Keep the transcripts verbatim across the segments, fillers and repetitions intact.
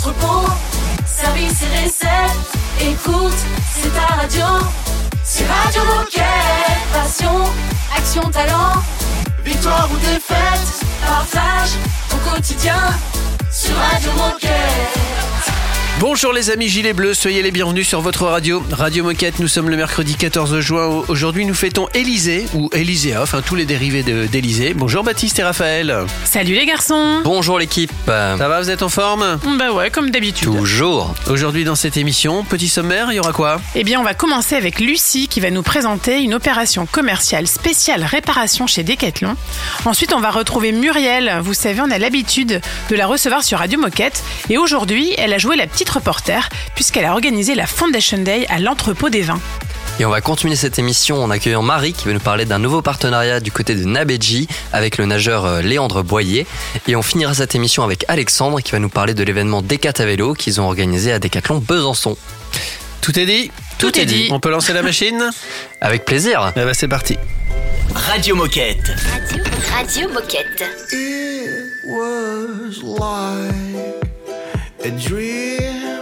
l'entrepôt. Service et recettes, écoute, c'est ta radio. C'est Radio Moquette. Passion, action, talent, victoire ou défaite, partage ton quotidien sur Radio Moquette. Bonjour les amis gilets bleus, soyez les bienvenus sur votre radio. Radio Moquette, nous sommes le mercredi quatorze juin. Aujourd'hui, nous fêtons Élysée, ou Élyséa, enfin tous les dérivés de, d'Élysée. Bonjour Baptiste et Raphaël. Salut les garçons. Bonjour l'équipe. Ça va, vous êtes en forme ? Bah ouais, comme d'habitude. Toujours. Aujourd'hui dans cette émission, petit sommaire, il y aura quoi ? Eh bien, on va commencer avec Lucie qui va nous présenter une opération commerciale spéciale réparation chez Decathlon. Ensuite, on va retrouver Muriel. Vous savez, on a l'habitude de la recevoir sur Radio Moquette. Et aujourd'hui, elle a joué la petite reporter puisqu'elle a organisé la Foundation Day à l'entrepôt des vins. Et on va continuer cette émission en accueillant Marie qui va nous parler d'un nouveau partenariat du côté de Nabedji avec le nageur Léandre Boyer. Et on finira cette émission avec Alexandre qui va nous parler de l'événement Décat à vélo qu'ils ont organisé à Decathlon Besançon. Tout est dit ? Tout, Tout est dit. dit. On peut lancer la machine ? Avec plaisir. Eh ben c'est parti. Radio Moquette. Radio, Radio Moquette. It was like a dream.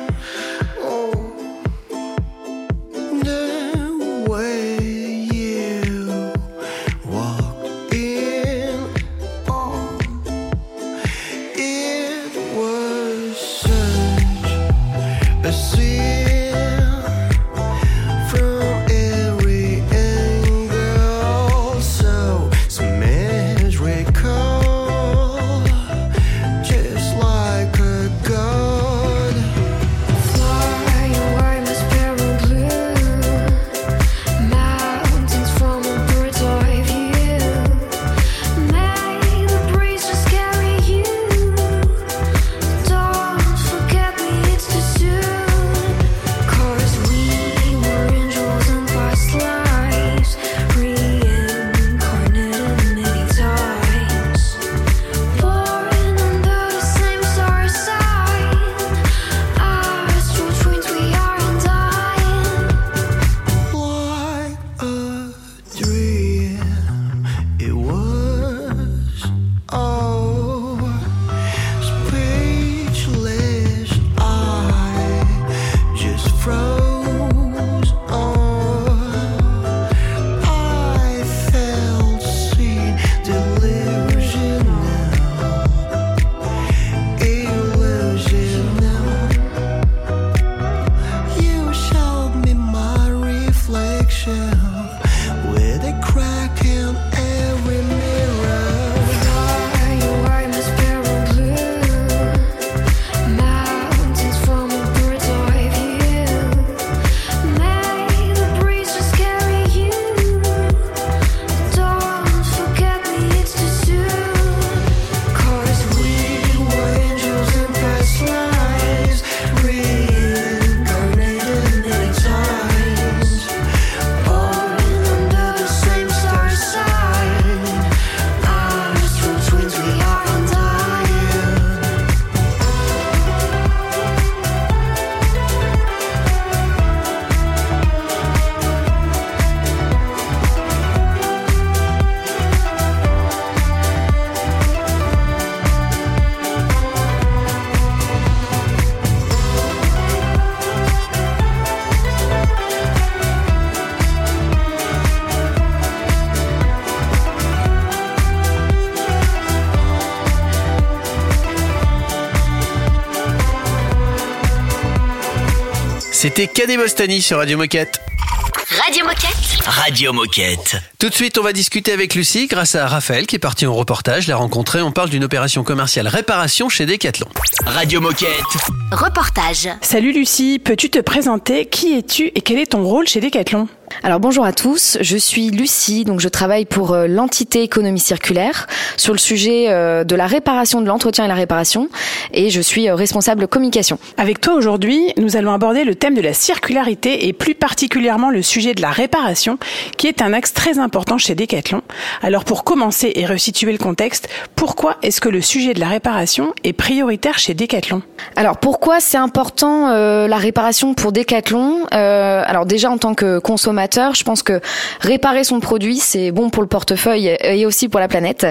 C'était Cadet Bostani sur Radio Moquette. Radio Moquette. Radio Moquette. Tout de suite, on va discuter avec Lucie grâce à Raphaël qui est parti en reportage, l'a rencontré. On parle d'une opération commerciale réparation chez Decathlon. Radio Moquette. Reportage. Salut Lucie, peux-tu te présenter ? Qui es-tu et quel est ton rôle chez Decathlon ? Alors bonjour à tous, je suis Lucie, donc je travaille pour euh, l'entité économie circulaire sur le sujet euh, de la réparation, de l'entretien et la réparation, et je suis euh, responsable communication. Avec toi aujourd'hui, nous allons aborder le thème de la circularité et plus particulièrement le sujet de la réparation, qui est un axe très important chez Decathlon. Alors pour commencer et resituer le contexte, pourquoi est-ce que le sujet de la réparation est prioritaire chez Decathlon ? Alors pourquoi c'est important euh, la réparation pour Decathlon ? euh, Alors déjà en tant que consommateur, je pense que réparer son produit, c'est bon pour le portefeuille et aussi pour la planète.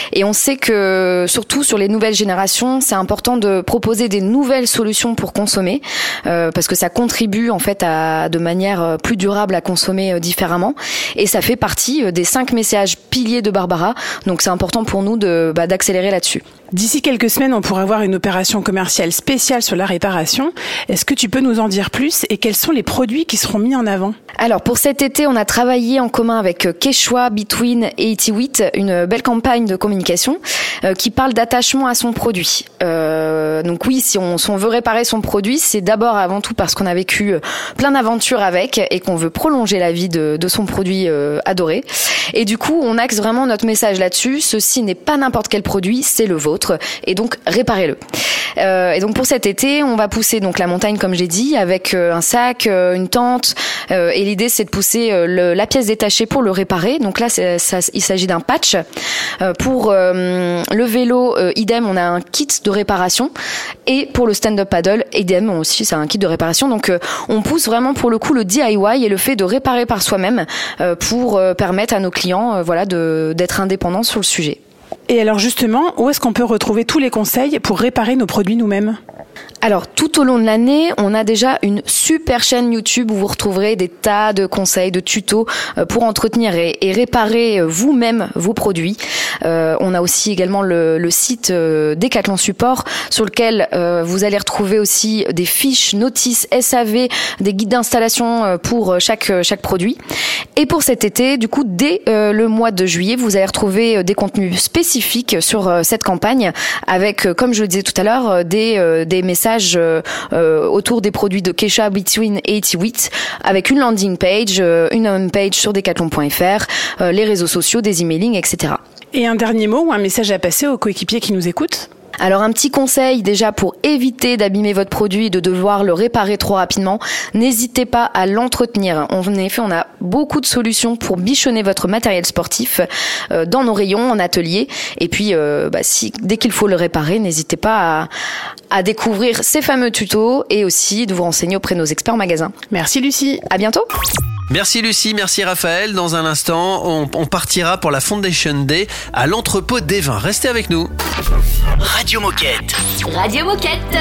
Et on sait que, surtout sur les nouvelles générations, c'est important de proposer des nouvelles solutions pour consommer, euh, parce que ça contribue en fait à, de manière plus durable à consommer euh, différemment. Et ça fait partie des cinq messages piliers de Barbara. Donc c'est important pour nous de, bah, d'accélérer là-dessus. D'ici quelques semaines, on pourrait avoir une opération commerciale spéciale sur la réparation. Est-ce que tu peux nous en dire plus et quels sont les produits qui seront mis en avant ? Alors pour cet été, on a travaillé en commun avec Quechua, Between et eighty-eight, une belle campagne de communication euh, qui parle d'attachement à son produit. Euh, donc oui, si on, si on veut réparer son produit, c'est d'abord avant tout parce qu'on a vécu plein d'aventures avec et qu'on veut prolonger la vie de, de son produit euh, adoré. Et du coup, on axe vraiment notre message là-dessus. Ceci n'est pas n'importe quel produit, c'est le vôtre. Et donc réparez-le. Euh, et donc pour cet été, on va pousser donc la montagne comme j'ai dit avec euh, un sac, euh, une tente. Euh, et l'idée c'est de pousser euh, le, la pièce détachée pour le réparer. Donc là, c'est, ça, il s'agit d'un patch. Euh, pour euh, le vélo, euh, idem, on a un kit de réparation. Et pour le stand-up paddle, idem aussi, c'est un kit de réparation. Donc euh, on pousse vraiment pour le coup le D I Y et le fait de réparer par soi-même euh, pour euh, permettre à nos clients, euh, voilà, de d'être indépendants sur le sujet. Et alors justement, où est-ce qu'on peut retrouver tous les conseils pour réparer nos produits nous-mêmes ? Alors, tout au long de l'année, on a déjà une super chaîne YouTube où vous retrouverez des tas de conseils, de tutos pour entretenir et, et réparer vous-même vos produits. Euh, on a aussi également le, le site euh, Decathlon Support sur lequel euh, vous allez retrouver aussi des fiches, notices, S A V, des guides d'installation pour chaque chaque produit. Et pour cet été, du coup, dès euh, le mois de juillet, vous allez retrouver des contenus spécifiques sur euh, cette campagne avec, euh, comme je le disais tout à l'heure, des euh, des messages Euh, euh, autour des produits de Quechua, Between et eighty-eight avec une landing page, euh, une home page sur decathlon point f r, euh, les réseaux sociaux, des emailing, et cetera. Et un dernier mot ou un message à passer aux coéquipiers qui nous écoutent ? Alors un petit conseil déjà pour éviter d'abîmer votre produit et de devoir le réparer trop rapidement, n'hésitez pas à l'entretenir. En effet, on a beaucoup de solutions pour bichonner votre matériel sportif euh, dans nos rayons, en atelier. Et puis, euh, bah, si dès qu'il faut le réparer, n'hésitez pas à, à découvrir ces fameux tutos et aussi de vous renseigner auprès de nos experts en magasin. Merci Lucie. À bientôt. Merci Lucie, merci Raphaël. Dans un instant, on, on partira pour la Foundation Day à l'entrepôt des vins. Restez avec nous. Radio Moquette. Radio Moquette.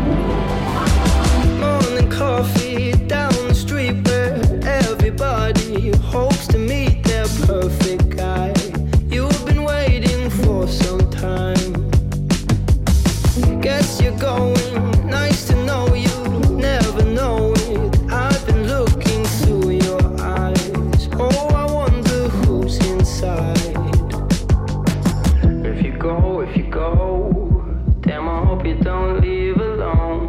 Morning coffee down the street where everybody hopes to meet their perfect guy. You've been waiting for some time. Guess you're going. Nice to know you. Never know it. I've been looking through your eyes. Oh, I wonder who's inside. If you go, if you go, damn, I hope you don't leave alone.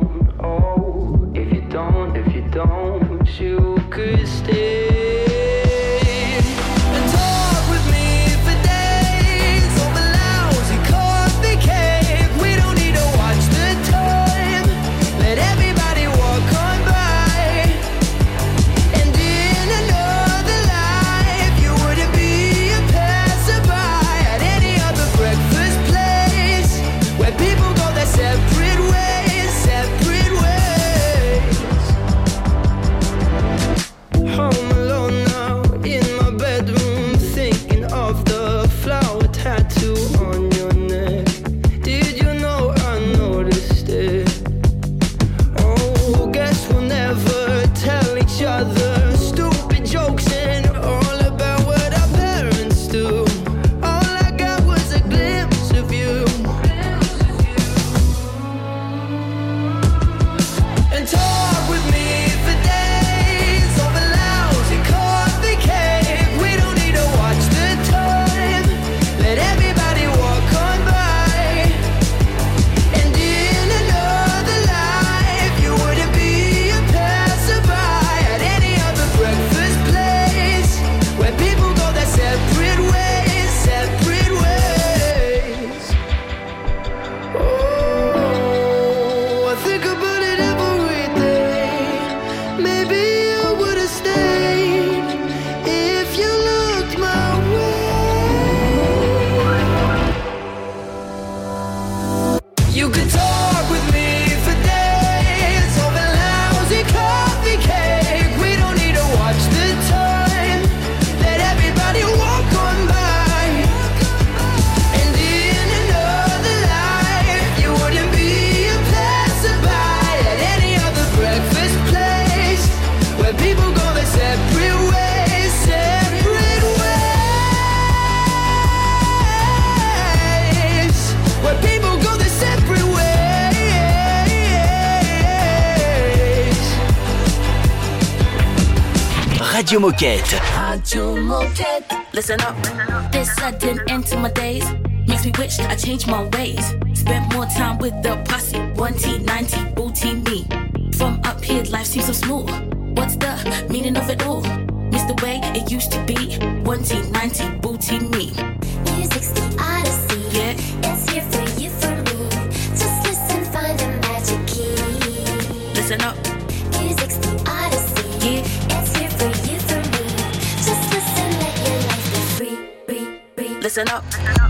Radio Moquette. Radio Moquette. Listen up. This sudden end to my days makes me wish I changed my ways. Spent more time with the posse. one T, nine T, booty me. From up here, life seems so smooth. What's the meaning of it all? Miss the way it used to be. one T, nine T, booty me. Music's the odyssey. Yeah. It's here for you, for me. Just listen, find the magic key. Listen up. Music's the odyssey. Yeah. It's here for you, for me. Just listen, let your life be free, free, free. Listen up.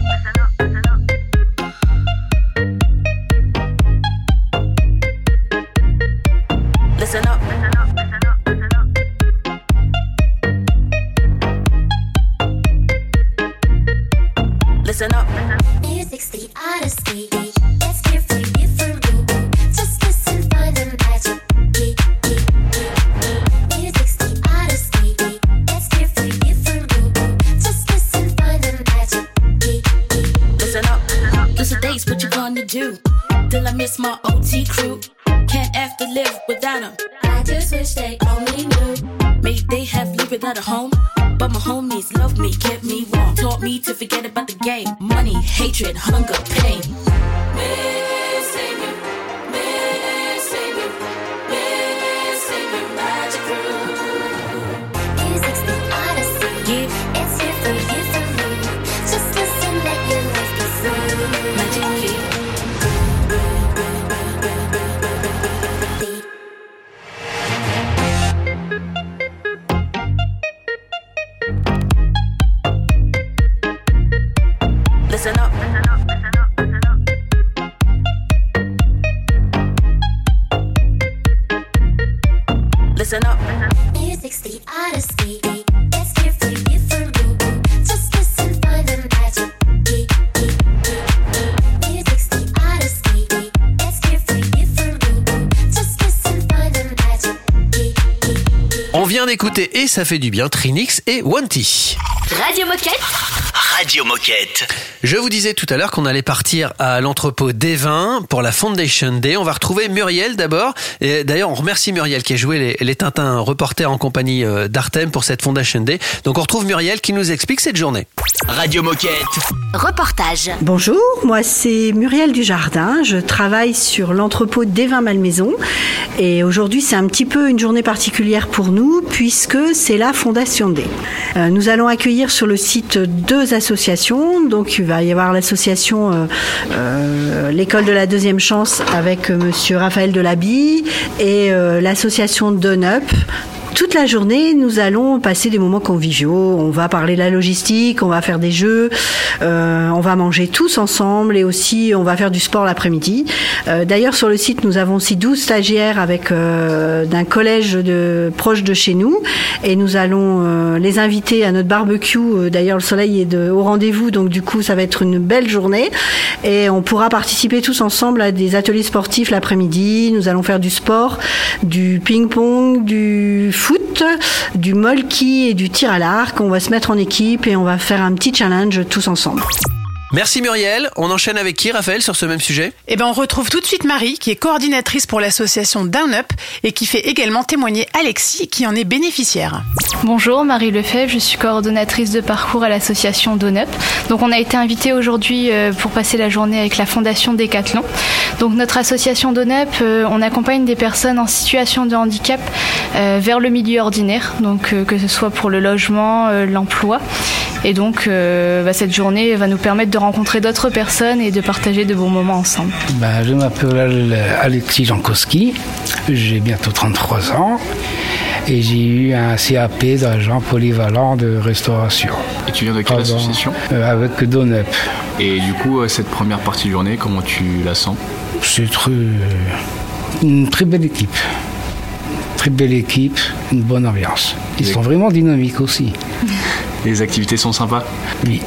Listen up. Listen up. Music's the odyssey. It's here for you, for me. Just listen, find the magic key. Music's the odyssey. It's here for you, for me. Just listen, find the magic key. Listen up. Those are days, what you gonna do? Till I miss my O T crew. Can't have to live without them. I just wish they only knew. Maybe they have lived without a home. But my homies love me, kept me warm. Taught me to forget about the game. Money, hatred, hunger, pain. Missing you, missing you, missing you, magic crew. Music's the odyssey. Yeah. It's here for you, for me. Just listen, let your life be free. Magic key. Listen up. Listen up. Music's the odyssey. It's here for you, for me. Just listen, find the magic key. Music's the odyssey. It's here for you, for me. Just listen, find the magic key. On vient d'écouter et ça fait du bien Trinix et one T. Radio Moquette. Radio Moquette. Je vous disais tout à l'heure qu'on allait partir à l'entrepôt d'Evin pour la Foundation Day. On va retrouver Muriel d'abord. Et d'ailleurs, on remercie Muriel qui a joué les, les Tintins reporters en compagnie d'Artem pour cette Foundation Day. Donc on retrouve Muriel qui nous explique cette journée. Radio Moquette. Reportage. Bonjour, moi c'est Muriel Dujardin. Je travaille sur l'entrepôt d'Evin-Malmaison. Et aujourd'hui, c'est un petit peu une journée particulière pour nous puisque c'est la Foundation Day. Euh, nous allons accueillir sur le site deux associations. Donc, il va y avoir l'association euh, euh, L'école de la deuxième chance avec euh, monsieur Raphaël Delabille et euh, l'association Donup. Toute la journée, nous allons passer des moments conviviaux. On va parler de la logistique, on va faire des jeux, euh, on va manger tous ensemble et aussi on va faire du sport l'après-midi. Euh, d'ailleurs, sur le site, nous avons aussi douze stagiaires avec euh, d'un collège de, proche de chez nous et nous allons euh, les inviter à notre barbecue. D'ailleurs, le soleil est de, au rendez-vous, donc du coup, ça va être une belle journée et on pourra participer tous ensemble à des ateliers sportifs l'après-midi. Nous allons faire du sport, du ping-pong, du foot, du molki et du tir à l'arc. On va se mettre en équipe et on va faire un petit challenge tous ensemble. Merci Muriel. On enchaîne avec qui, Raphaël, sur ce même sujet ? Eh ben, on retrouve tout de suite Marie, qui est coordinatrice pour l'association Down Up et qui fait également témoigner Alexis, qui en est bénéficiaire. Bonjour, Marie Lefebvre, je suis coordonnatrice de parcours à l'association Down Up. Donc, on a été invité aujourd'hui pour passer la journée avec la fondation Decathlon. Donc, notre association Down Up, on accompagne des personnes en situation de handicap vers le milieu ordinaire, donc que ce soit pour le logement, l'emploi. Et donc, bah, cette journée va nous permettre de rencontrer d'autres personnes et de partager de bons moments ensemble. Ben, je m'appelle Alexis Jankowski, j'ai bientôt trente-trois ans et j'ai eu un C A P d'agent polyvalent de restauration. Et tu viens de quelle Pardon, association ? euh, Avec Down Up. Et du coup, cette première partie de journée, comment tu la sens ? C'est très, une très belle équipe. Très belle équipe, une bonne ambiance. Ils sont vraiment dynamiques aussi. Les activités sont sympas ?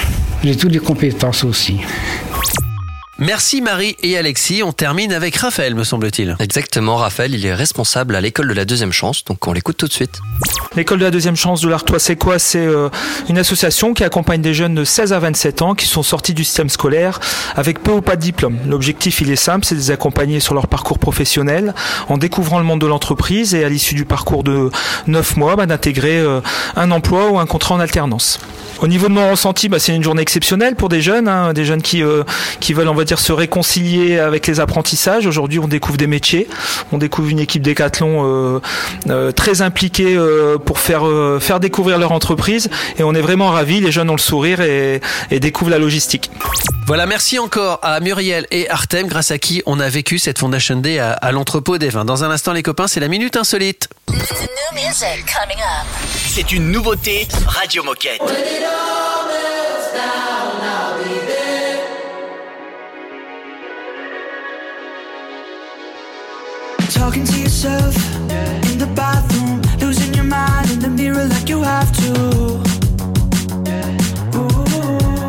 Oui. J'ai toutes les compétences aussi. Merci Marie et Alexis. On termine avec Raphaël, me semble-t-il. Exactement, Raphaël, il est responsable à l'école de la deuxième chance, donc on l'écoute tout de suite. L'école de la deuxième chance de l'Artois, c'est quoi ? C'est euh, une association qui accompagne des jeunes de seize à vingt-sept ans qui sont sortis du système scolaire avec peu ou pas de diplôme. L'objectif, il est simple, c'est de les accompagner sur leur parcours professionnel en découvrant le monde de l'entreprise et à l'issue du parcours de neuf mois, bah, d'intégrer euh, un emploi ou un contrat en alternance. Au niveau de mon ressenti, bah, c'est une journée exceptionnelle pour des jeunes, hein, des jeunes qui euh, qui veulent, on va dire, se réconcilier avec les apprentissages. Aujourd'hui, on découvre des métiers, on découvre une équipe Décathlon euh, euh, très impliquée euh, pour faire euh, faire découvrir leur entreprise, et on est vraiment ravis. Les jeunes ont le sourire et, et découvrent la logistique. Voilà, merci encore à Muriel et Artem, grâce à qui on a vécu cette Foundation Day à, à l'entrepôt des vins. Dans un instant, les copains, c'est la Minute Insolite. C'est une nouveauté Radio Moquette. Talking to yourself in the bathroom, losing your mind in the mirror like you have to. Ooh.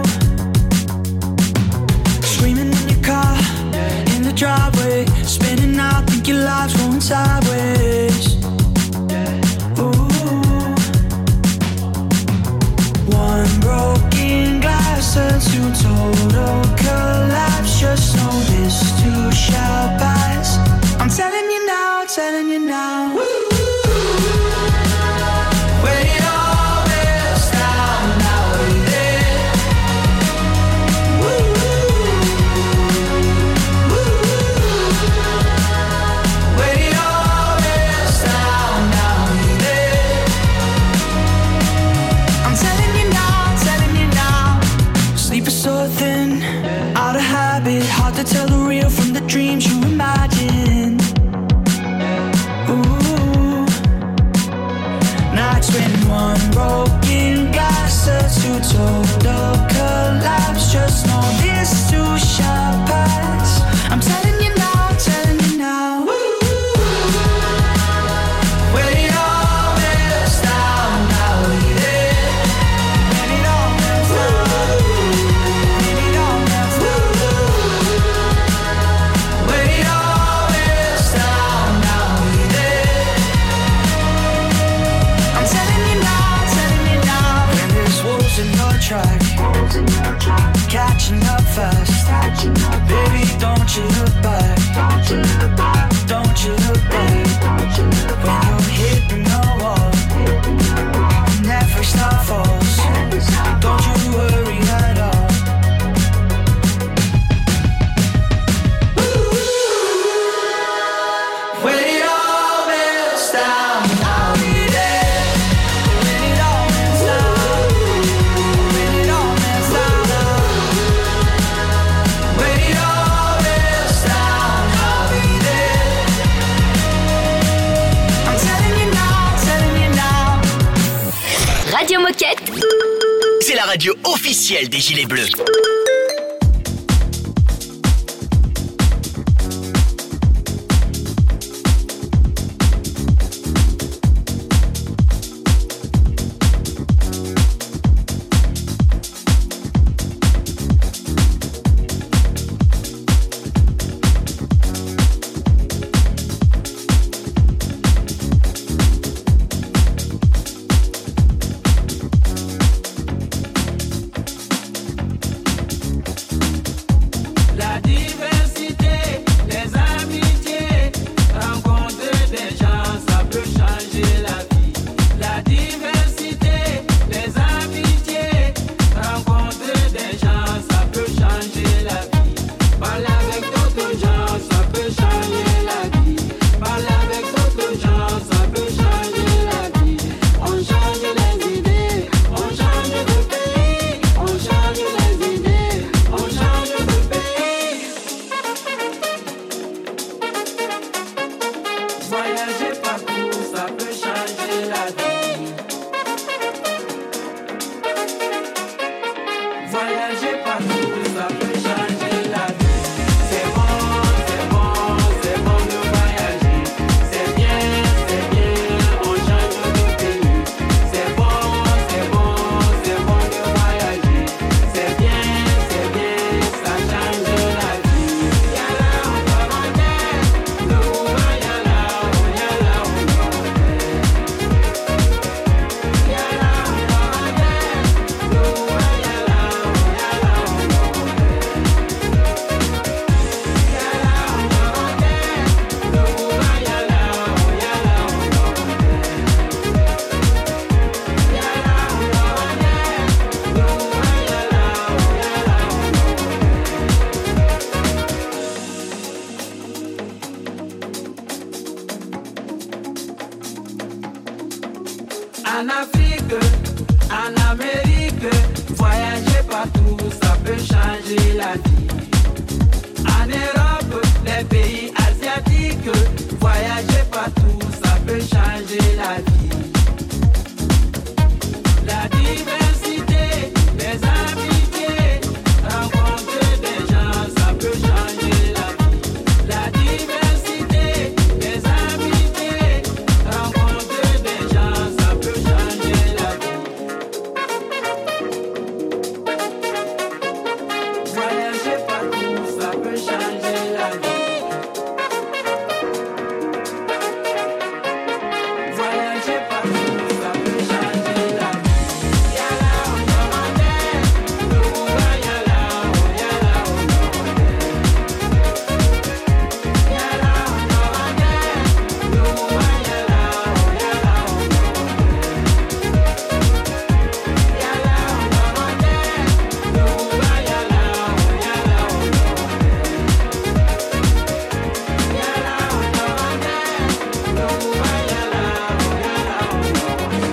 Screaming in your car, in the driveway, spinning out, think your life's going sideways. Ooh. One broken glass turns to total collapse. Just know this too shall pass. I'm telling you now, telling you now. When it all melts down, now we're there. When it all melts down, now we're there. I'm telling you now, telling you now. Sleep is so thin, out of habit, hard to tell the real from the dreams you imagine. Ooh, nights when one broken glass turns to total collapse. Just know this too shall pass. I'm telling you now, telling you now. When it all melts down, now we're there. When it all melts down, when it all melts down. When it all melts down, now we're there. I'm telling you now, telling you now. When there's wolves in your track, catching up fast. Baby, don't you look back. Don't you look back. When you're hitting the wall, never stop falls. Don't you worry at all. When it all melts down, I'll be there. When it all melts down, when it all melts down, when it all melts down, I'll be there. I'm telling you now, telling you now. Radio Moquette. C'est la radio officielle des Gilets Bleus. la vie. En Europe, les pays asiatiques, voyager partout, ça peut changer la vie. La diversité des amitiés, rencontrer des gens, ça peut changer la vie. La diversité des amitiés, rencontrer des gens, ça peut changer la vie. Voyager partout, ça peut changer la vie. Voyager partout, ça peut changer la vie. Yala on demande, Louba yala on yala on demande. Yala on demande, Louba yala on yala on demande. Yala on demande, Louba yala on yala on demande. Yala on demande, Louba yala on yala on demande.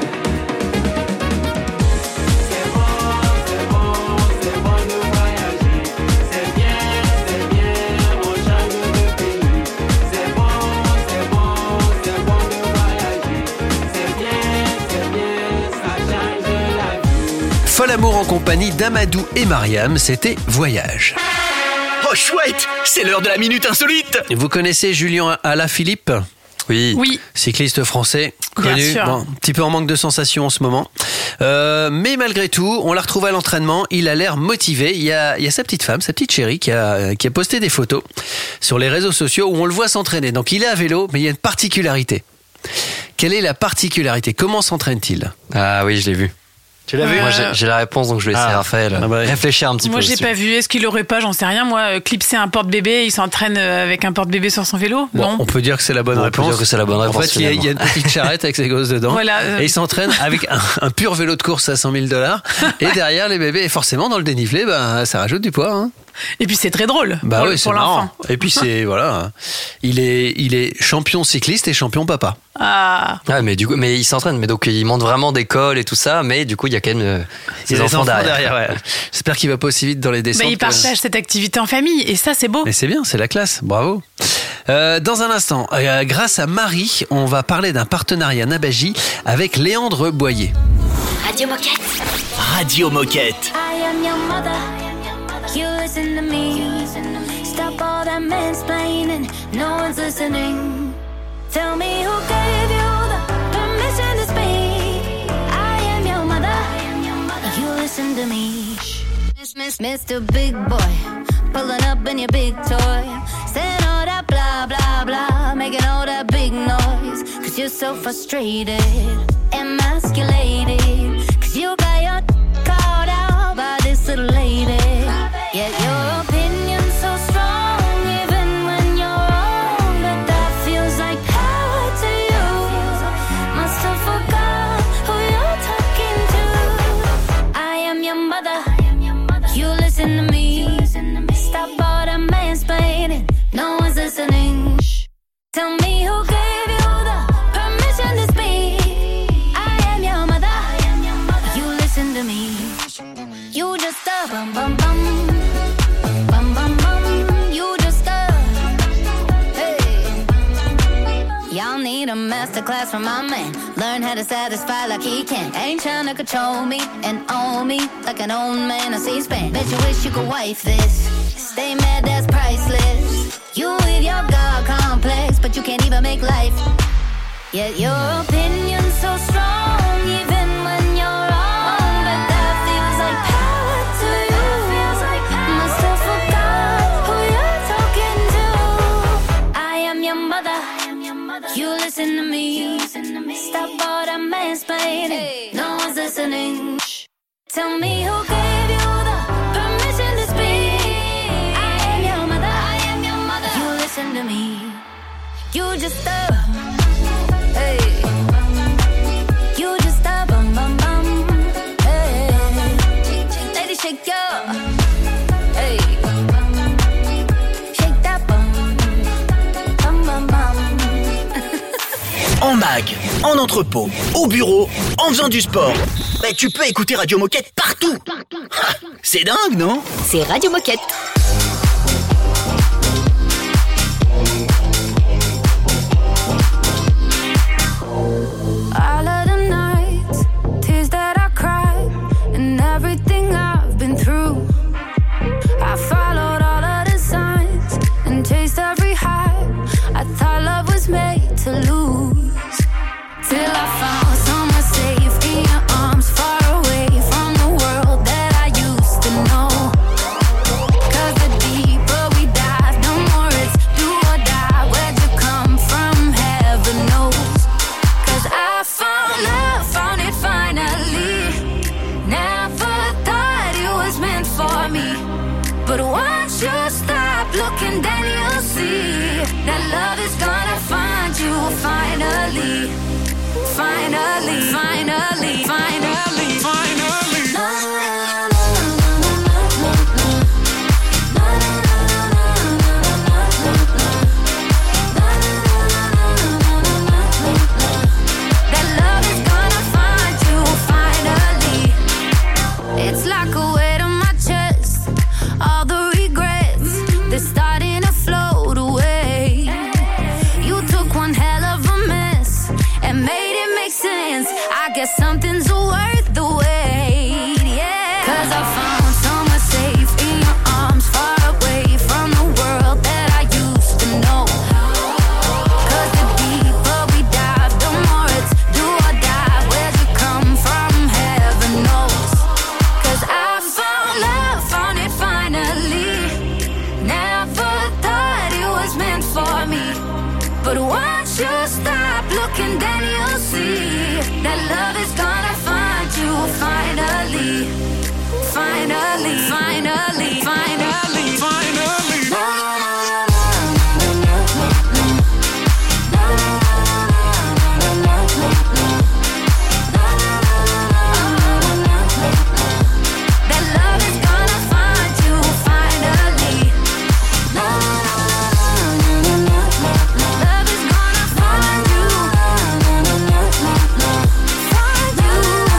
C'est bon, c'est bon, c'est bon de voyager. C'est bien, c'est bien, on change de pays. C'est bon, c'est bon, c'est bon de voyager. C'est bien, c'est bien, ça change la vie. Fol amour en compagnie d'Amadou et Mariam, c'était Voyage. Oh chouette, c'est l'heure de la minute insolite. Vous connaissez Julien Alaphilippe ? Oui. Oui. Cycliste français, Bien connu, sûr. bon, un petit peu en manque de sensations en ce moment. Euh, mais malgré tout, on l'a retrouvé à l'entraînement, il a l'air motivé. Il y a, il y a sa petite femme, sa petite chérie qui a, qui a posté des photos sur les réseaux sociaux où on le voit s'entraîner. Donc il est à vélo, mais il y a une particularité. Quelle est la particularité ? Comment s'entraîne-t-il ? Ah oui, je l'ai vu. Tu l'as vu ? Moi, j'ai, j'ai la réponse, donc je vais laisser Ah. Raphaël Ah bah oui. réfléchir un petit Moi, peu. j'ai dessus. pas vu. Est-ce qu'il aurait pas, j'en sais rien. Moi, euh, clipser un porte-bébé, il s'entraîne euh, avec un porte-bébé sur son vélo. Bon, Non. on peut dire que c'est la bonne On peut réponse. dire que c'est la bonne réponse, En fait, il y, a, il y a une finalement. petite charrette avec ses gosses dedans. Voilà, euh. Et il s'entraîne avec un, un pur vélo de course à cent mille dollars. Et derrière, les bébés, et forcément, dans le dénivelé, bah, ça rajoute du poids. Hein. Et puis c'est très drôle. Bah pour, oui, c'est pour l'enfant. marrant. Et puis c'est voilà, il est il est champion cycliste et champion papa. Ah. Ouais, mais du coup, mais il s'entraîne, mais donc il monte vraiment d'école et tout ça, mais du coup, il y a quand même euh, ses Il y a enfants, des derrière. ouais. J'espère qu'il va pas aussi vite dans les Bah, descentes. il que- partage cette activité en famille et ça c'est beau. Mais c'est bien, c'est la classe, bravo. Euh, dans un instant, euh, grâce à Marie, on va parler d'un partenariat Nabaji avec Léandre Boyer. Radio Moquette. Radio Moquette. I am your mother. You listen to me. Stop all that mansplaining. No one's listening. Tell me who gave you the permission to speak. I am your mother. You listen to me. Miss, miss, Mister Big Boy, pulling up in your big toy, saying all that blah blah blah, making all that big noise. Cause you're so frustrated, emasculated. Cause you got your called out by this little lady. Yet your opinion's so strong, even when you're wrong. But that feels like power to you. Must have forgot who you're talking to. I am your mother. You listen to me. Stop all the mansplaining. No one's listening. Tell me who gave you the permission to speak. I am your mother. You listen to me. You just a bum bum bum. Bum bum bum. You just a. Hey. Y'all need a masterclass from my man. Learn how to satisfy like he can. Ain't trying to control me and own me like an old man on C-SPAN. Bet you wish you could wife this. Stay mad, that's priceless. You with your God complex, but you can't even make life. Yet your opinion's so strong, even when you're wrong. But that feels like power to you. Must have forgot who you're talking to. I am your mother. You listen to me. Stop all the mansplaining. No one's listening. Tell me who gave you the permission to speak. I am your mother. I am your mother. You listen to me. You just a. Hey. You just a bum bum bum. Hey. Lady, shake your. Hey. Shake that bum. Bum bum bum. En mag, en entrepôt, au bureau, en faisant du sport. Mais tu peux écouter Radio Moquette partout. Ha, C'est dingue, non? C'est Radio Moquette. All of the nights, tears that I cried, and everything I've been through. I followed all of the signs and chased every high. I thought love was made to lose. Till I found somewhere safe in your arms, far away from the world that I used to know. 'Cause the deeper we dive, no more it's do or die. Where'd you come from? Heaven knows. 'Cause I found love, found it finally. Never thought it was meant for me. But once you stop looking, then you'll see that love is gonna find you finally. Finally, finally, finally, finally. La, la, la, that love is gonna find you finally. It's like a weight on my chest. All the regrets, they're starting to float away. You took one hell of a mess and made it make sense. I guess something's worth the wait, yeah. 'Cause I found somewhere safe in your arms, far away from the world that I used to know. 'Cause the deeper we dive, the more it's do or die. Where'd you come from? Heaven knows. 'Cause I found love, found it finally. Never thought it was meant for me. But once you stop looking, then you'll see that love is gonna find you finally. Finally, finally, finally, finally. La, la, la, that love is gonna find you finally. Love is gonna find you. Find you.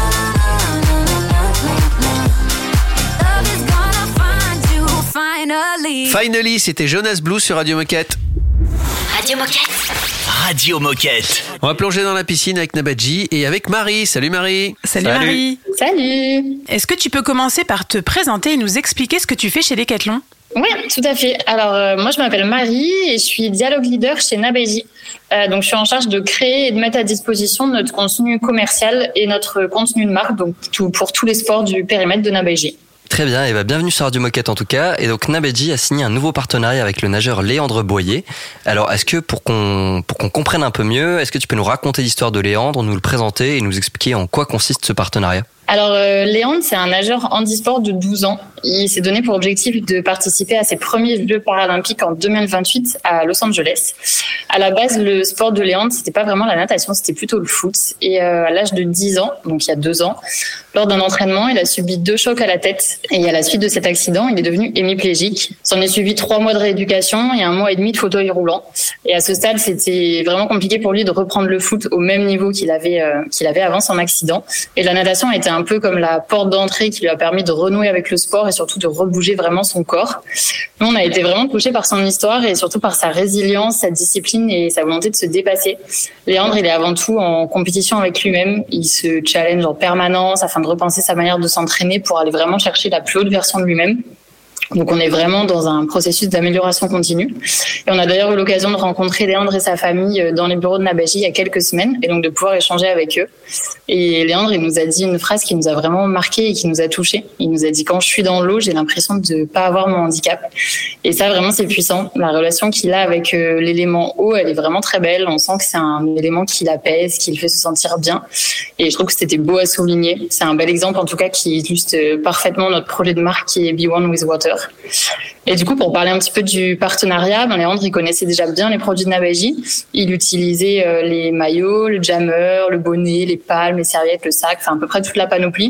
Love is gonna find you finally. Finally, c'était Jonas Blue sur Radio Moquette. Radio Moquette. Radio Moquette. On va plonger dans la piscine avec Nabadji et avec Marie. Salut Marie. Salut, Marie. Salut. Est-ce que tu peux commencer par te présenter et nous expliquer ce que tu fais chez Decathlon? Oui, tout à fait. Alors, euh, moi, je m'appelle Marie et je suis dialogue leader chez Nabadji. Euh, donc, je suis en charge de créer et de mettre à disposition notre contenu commercial et notre contenu de marque, donc tout, pour tous les sports du périmètre de Nabadji. Très bien, et bah bienvenue sur Radio Moquette en tout cas. Et donc Nabadji a signé un nouveau partenariat avec le nageur Léandre Boyer. Alors est-ce que pour qu'on pour qu'on comprenne un peu mieux, est-ce que tu peux nous raconter l'histoire de Léandre, nous le présenter et nous expliquer en quoi consiste ce partenariat? Alors, euh, Léandre, c'est un nageur handisport de douze ans. Il s'est donné pour objectif de participer à ses premiers Jeux paralympiques en deux mille vingt-huit à Los Angeles. À la base, le sport de Léandre, c'était pas vraiment la natation, c'était plutôt le foot. Et euh, à l'âge de dix ans, donc il y a deux ans, lors d'un entraînement, il a subi deux chocs à la tête. Et à la suite de cet accident, il est devenu hémiplégique. S'en est suivi trois mois de rééducation et un mois et demi de fauteuil roulant. Et à ce stade, c'était vraiment compliqué pour lui de reprendre le foot au même niveau qu'il avait, euh, qu'il avait avant son accident. Et la natation a été un peu comme la porte d'entrée qui lui a permis de renouer avec le sport et surtout de rebouger vraiment son corps. Nous, on a été vraiment touchés par son histoire et surtout par sa résilience, sa discipline et sa volonté de se dépasser. Léandre, il est avant tout en compétition avec lui-même. Il se challenge en permanence afin de repenser sa manière de s'entraîner pour aller vraiment chercher la plus haute version de lui-même. Donc on est vraiment dans un processus d'amélioration continue. Et on a d'ailleurs eu l'occasion de rencontrer Léandre et sa famille dans les bureaux de Nabadji il y a quelques semaines et donc de pouvoir échanger avec eux. Et Léandre, il nous a dit une phrase qui nous a vraiment marqué et qui nous a touchés. Il nous a dit « Quand je suis dans l'eau, j'ai l'impression de ne pas avoir mon handicap ». Et ça, vraiment, c'est puissant. La relation qu'il a avec euh, l'élément eau, elle est vraiment très belle. On sent que c'est un élément qui l'apaise, qui le fait se sentir bien. Et je trouve que c'était beau à souligner. C'est un bel exemple, en tout cas, qui illustre parfaitement notre projet de marque qui est Be One with Water. Et du coup, pour parler un petit peu du partenariat, ben Léandre, il connaissait déjà bien les produits de Nabadji. Il utilisait euh, les maillots, le jammer, le bonnet, les palmes, les serviettes, le sac, enfin à peu près toute la panoplie.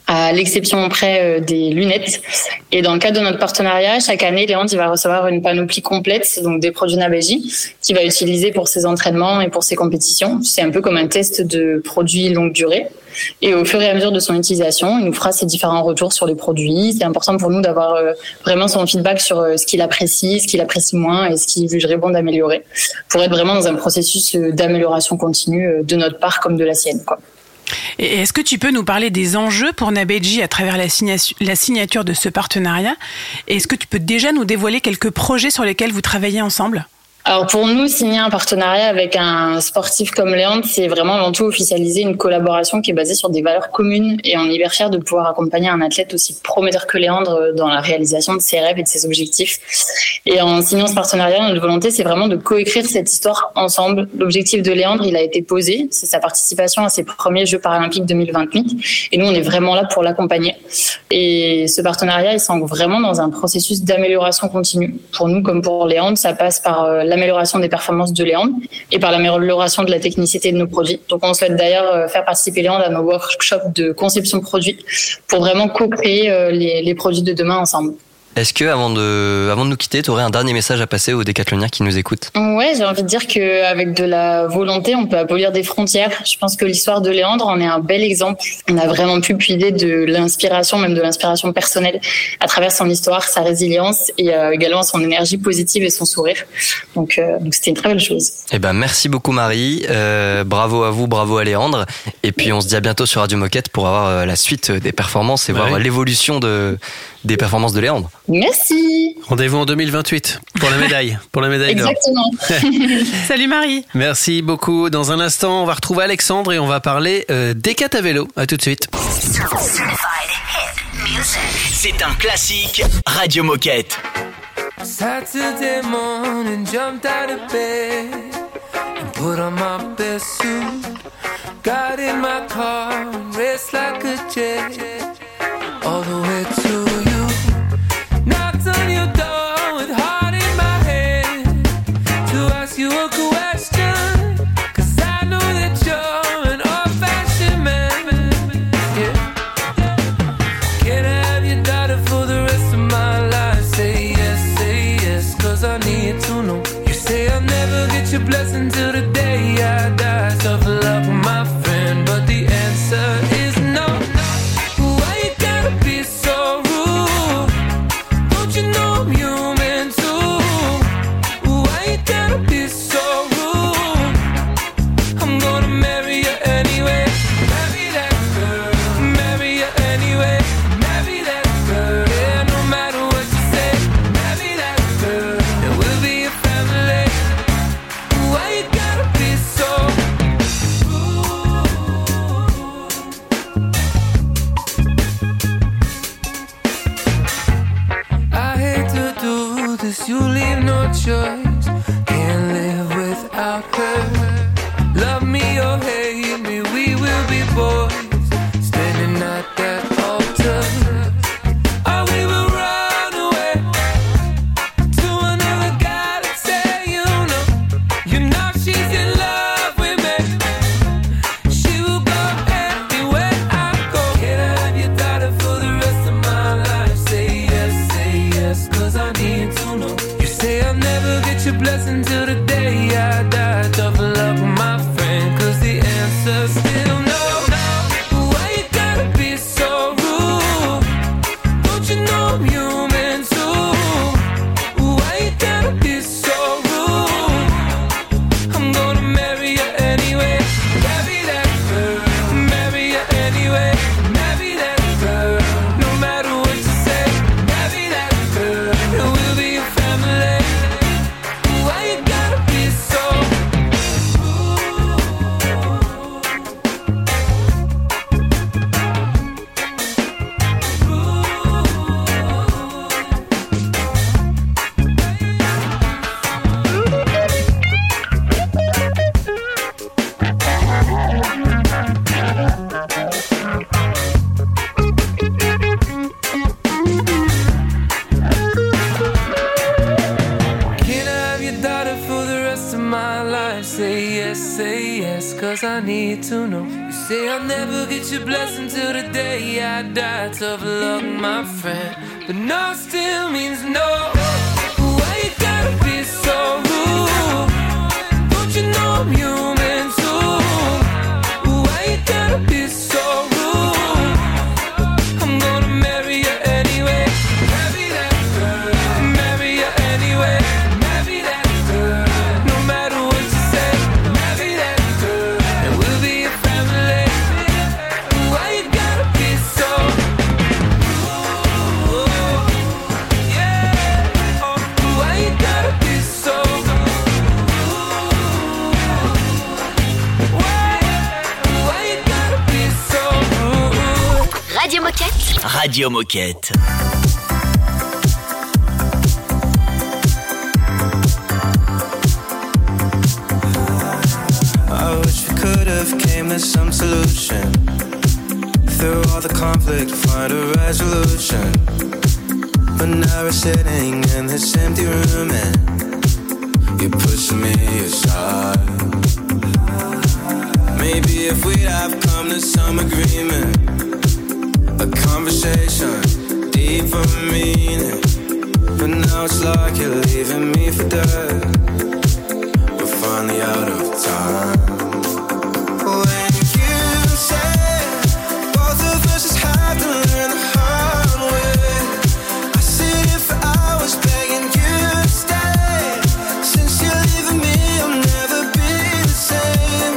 à l'exception près des lunettes. Et dans le cadre de notre partenariat, chaque année, Léandre il va recevoir une panoplie complète, donc des produits Nabeji, qu'il va utiliser pour ses entraînements et pour ses compétitions. C'est un peu comme un test de produits longue durée. Et au fur et à mesure de son utilisation, il nous fera ses différents retours sur les produits. C'est important pour nous d'avoir vraiment son feedback sur ce qu'il apprécie, ce qu'il apprécie moins et ce qu'il jugerait bon d'améliorer, pour être vraiment dans un processus d'amélioration continue de notre part comme de la sienne, quoi. Et est-ce que tu peux nous parler des enjeux pour Nabeji à travers la, signa- la signature de ce partenariat ? Et est-ce que tu peux déjà nous dévoiler quelques projets sur lesquels vous travaillez ensemble ? Alors pour nous, signer un partenariat avec un sportif comme Léandre, c'est vraiment avant tout officialiser une collaboration qui est basée sur des valeurs communes, et on est hyper fiers de pouvoir accompagner un athlète aussi prometteur que Léandre dans la réalisation de ses rêves et de ses objectifs. Et en signant ce partenariat, notre volonté, c'est vraiment de coécrire cette histoire ensemble. L'objectif de Léandre, il a été posé, c'est sa participation à ses premiers Jeux paralympiques deux mille vingt-huit, et nous, on est vraiment là pour l'accompagner. Et ce partenariat, il s'ancre vraiment dans un processus d'amélioration continue. Pour nous, comme pour Léandre, ça passe par l'amélioration des performances de Léandre et par l'amélioration de la technicité de nos produits. Donc on souhaite d'ailleurs faire participer Léandre à nos workshops de conception produit pour vraiment co-créer les, les produits de demain ensemble. Est-ce que, avant de, avant de nous quitter, tu aurais un dernier message à passer aux décathloniens qui nous écoutent ? Ouais, j'ai envie de dire qu'avec de la volonté, on peut abolir des frontières. Je pense que l'histoire de Léandre en est un bel exemple. On a vraiment pu puiser de l'inspiration, même de l'inspiration personnelle, à travers son histoire, sa résilience et euh, également son énergie positive et son sourire. Donc, euh, donc c'était une très belle chose. Eh ben, merci beaucoup Marie. Euh, bravo à vous, bravo à Léandre. Et puis on se dit à bientôt sur Radio Moquette pour avoir la suite des performances et ouais. voir l'évolution de, des performances de Léandre. Merci. Rendez-vous en deux mille vingt-huit pour la médaille, pour la médaille d'or. Exactement. Salut Marie. Merci beaucoup. Dans un instant, on va retrouver Alexandre et on va parler euh, Decat à vélo. À tout de suite. C'est un classique Radio Moquette. Saturday morning, jumped out of bed and put on my best suit. Got in my car and raced like a jet all the way to you. Knocked on your door with heart in my hand to ask you a question, 'cause I know that you're an old-fashioned man. Yeah. Can I have your daughter for the rest of my life? Say yes, say yes, 'cause I need to know. You say I'll never get your blessing till the day I die. Tough luck, my friend, but the answer is no. Why you gotta be so rude? Don't you know I'm human too? Why you gotta be so rude? I'm gonna marry you anyway. Marry that girl, marry you anyway. Marry that girl, yeah, no matter what you say. Marry that girl, and we'll be a family. Why you gotta be so I hate to do this, you leave no choice. Can't live without her. Love me or hate me, we will be boys, standing at that altar. Or we will run away to another guy that say you know. You know she's in love with me. She will go anywhere I go. Can I have your daughter for the rest of my life? Say yes, say yes, 'cause I need to know. You say I'll never get your blessing till the day I die. Tough luck, my friend, 'cause the answer's still no. Why you gotta be so rude? Don't you know I'm human too? Why you gotta be so rude? I'm gonna marry you anyway. Marry that girl, marry you anyway. Marry that girl, no matter what you say. Marry that girl, and we'll be a family. Why you gotta be so Can I have your daughter for the rest of my life? Say yes, say yes, 'cause I need to know. You Say I'll never get your blessing till the day I die. Tough luck, my friend, but no still means no. Why you gotta be so rude? Don't you know I'm human too? Why you gotta be so rude? I'm gonna marry you anyway. Marry that girl. Marry you anyway. Marry that girl. No matter what you say. Marry that girl. And we'll be a family. Why you gotta be so rude? Yeah. Oh, why you gotta be so Radio Moquette. Radio Moquette. I wish we could have came to some solution. Through all the conflict, find a resolution. But now we're sitting in this empty room and you're pushing me aside. Maybe if we'd have come to some agreement, a conversation, deeper meaning. But now it's like you're leaving me for dead. We're finally out of time. When you say both of us just have to learn the hard way, I sit here for hours begging you to stay. Since you're leaving me, I'll never be the same.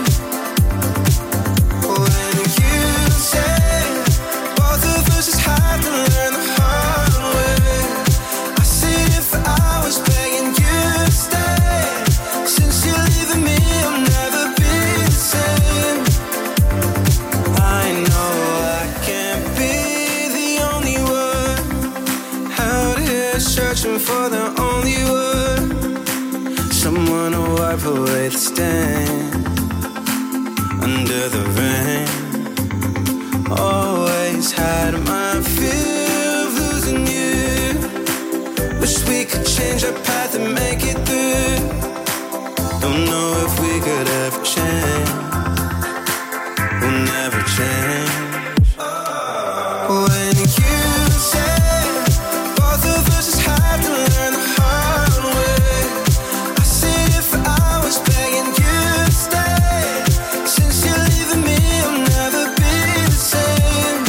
When you say both of us just have to learn the hard way, I sit here for hours begging you to stay. Since you're leaving me, I'll never be the same. I know I can't be the only one out here searching for the only word, someone to wipe away the stain under the rain. Always had my fear of losing you. Wish we could change our path and make it through. Don't know if we could ever change. We'll never change. When you say both of us just have to learn the hard way, I sit here for hours begging you to stay. Since you're leaving me, I'll never be the same.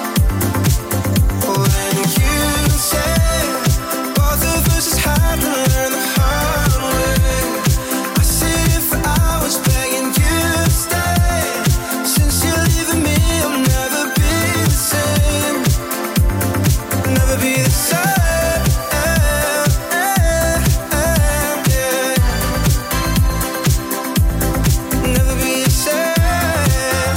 When you say both of us just have to learn the hard way, I sit here for hours begging you to stay. Since you're leaving me, I'll never be the same. Never be the same. Never be the same.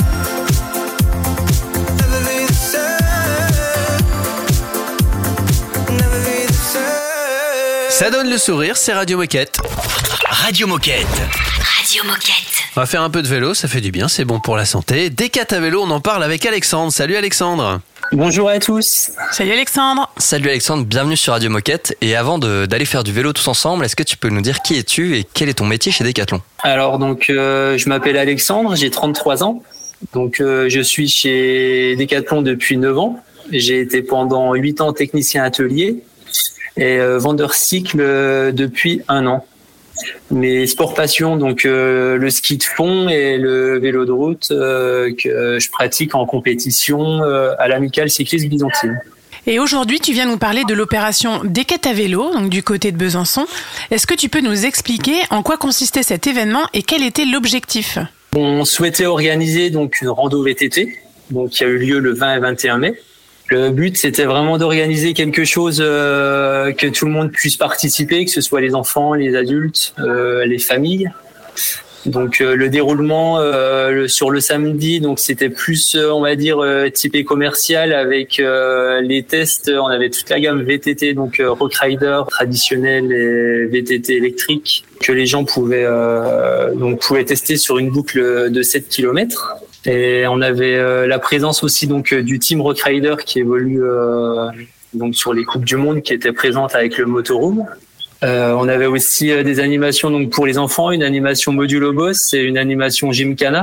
Never be the same. Never be the same. Ça donne le sourire, c'est Radio Moquette. Radio Moquette. Radio Moquette. On va faire un peu de vélo, ça fait du bien, c'est bon pour la santé. Decat à vélo, on en parle avec Alexandre. Salut Alexandre. Bonjour à tous. Salut Alexandre. Salut Alexandre, bienvenue sur Radio Moquette. Et avant de, d'aller faire du vélo tous ensemble, est-ce que tu peux nous dire qui es-tu et quel est ton métier chez Decathlon ? Alors donc euh, je m'appelle Alexandre, j'ai trente-trois ans. Donc euh, je suis chez Decathlon depuis neuf ans. J'ai été pendant huit ans technicien atelier et euh, vendeur cycle euh, depuis un an. Mes sports passions, donc euh, le ski de fond et le vélo de route euh, que je pratique en compétition euh, à l'Amicale Cycliste Byzantine. Et aujourd'hui, tu viens nous parler de l'opération Decat à vélo, donc du côté de Besançon. Est-ce que tu peux nous expliquer en quoi consistait cet événement et quel était l'objectif ? On souhaitait organiser donc une rando V T T, donc qui a eu lieu le vingt et vingt et un mai. Le but, c'était vraiment d'organiser quelque chose euh, que tout le monde puisse participer, que ce soit les enfants, les adultes, euh, les familles. Donc euh, le déroulement euh, le, sur le samedi, donc c'était plus, euh, on va dire, euh, typé commercial avec euh, les tests. On avait toute la gamme V T T, donc euh, Rock Rider traditionnel et V T T électrique que les gens pouvaient euh, donc pouvaient tester sur une boucle de sept kilomètres. Et on avait euh, la présence aussi donc du team Rock Rider qui évolue euh, donc sur les coupes du monde, qui était présente avec le motorhome. Euh, on avait aussi euh, des animations donc pour les enfants, une animation modulo boss et une animation gymkhana.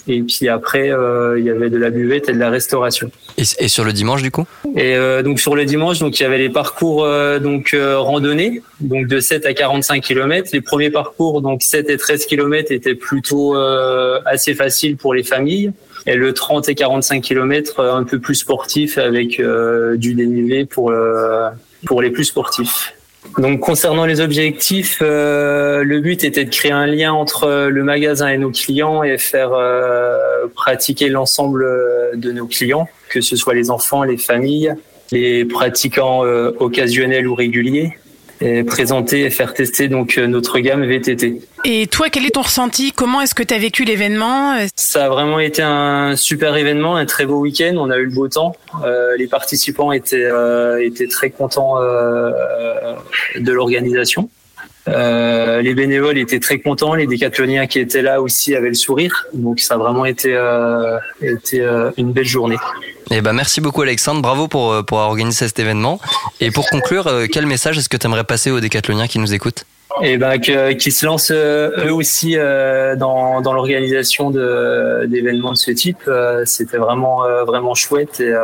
Et puis après, euh, il y avait de la buvette et de la restauration. Et, et sur le dimanche, du coup? Et euh, donc sur le dimanche, donc il y avait les parcours euh, donc euh, randonnée, donc de sept à quarante-cinq kilomètres. Les premiers parcours, donc sept et treize kilomètres, étaient plutôt euh, assez faciles pour les familles. Et le trente et quarante-cinq kilomètres, un peu plus sportif avec euh, du dénivelé pour euh, pour les plus sportifs. Donc concernant les objectifs, euh, le but était de créer un lien entre le magasin et nos clients et faire euh, pratiquer l'ensemble de nos clients, que ce soit les enfants, les familles, les pratiquants euh, occasionnels ou réguliers, et présenter et faire tester donc notre gamme V T T. Et toi, quel est ton ressenti? Comment est-ce que tu as vécu l'événement? Ça a vraiment été un super événement, un très beau week-end. On a eu le beau temps. Euh, les participants étaient euh, étaient très contents euh, de l'organisation. Euh, les bénévoles étaient très contents. Les décathloniens qui étaient là aussi avaient le sourire. Donc ça a vraiment été euh, été euh, une belle journée. Eh ben, merci beaucoup Alexandre, bravo pour, pour organiser cet événement. Et pour conclure, quel message est-ce que tu aimerais passer aux décathloniens qui nous écoutent? Eh ben, que, qui se lancent eux aussi euh, dans, dans l'organisation de, d'événements de ce type. Euh, c'était vraiment, euh, vraiment chouette. Et, euh,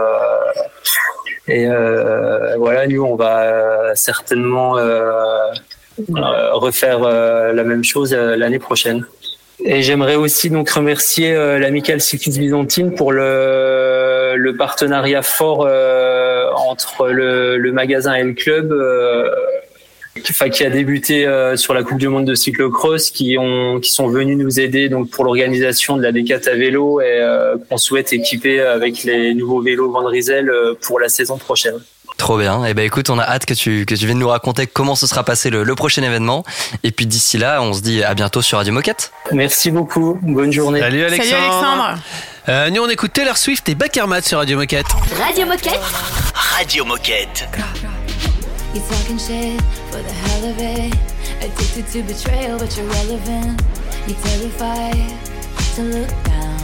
et euh, voilà, nous, on va euh, certainement euh, euh, refaire euh, la même chose euh, l'année prochaine. Et j'aimerais aussi donc remercier euh, l'Amicale Cycliste Byzantine pour le, le partenariat fort euh, entre le, le magasin et le club, euh, qui, enfin, qui a débuté euh, sur la Coupe du Monde de cyclocross, qui ont qui sont venus nous aider donc pour l'organisation de la Décat à vélo et euh, qu'on souhaite équiper avec les nouveaux vélos Van Rysel euh, pour la saison prochaine. Trop bien. Eh ben écoute, on a hâte que tu que tu viennes nous raconter comment se sera passé le, le prochain événement. Et puis d'ici là, on se dit à bientôt sur Radio Moquette. Merci beaucoup. Bonne journée. Salut Alexandre. Salut Alexandre. Euh, nous on écoute Taylor Swift et Bakermat sur Radio Moquette. Radio Moquette. Radio Moquette. You're talking shit for the hell of it. Addicted to betrayal, but you're relevant. You're terrified to look down.